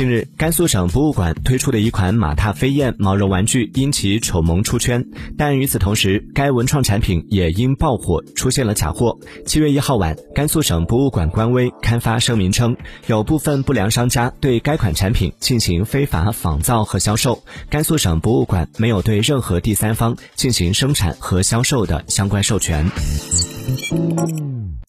近日，甘肃省博物馆推出的一款马踏飞燕毛绒玩具因其丑萌出圈，但与此同时，该文创产品也因爆火出现了假货。7月1号晚，甘肃省博物馆官微刊发声明称，有部分不良商家对该款产品进行非法仿造和销售，甘肃省博物馆没有对任何第三方进行生产和销售的相关授权。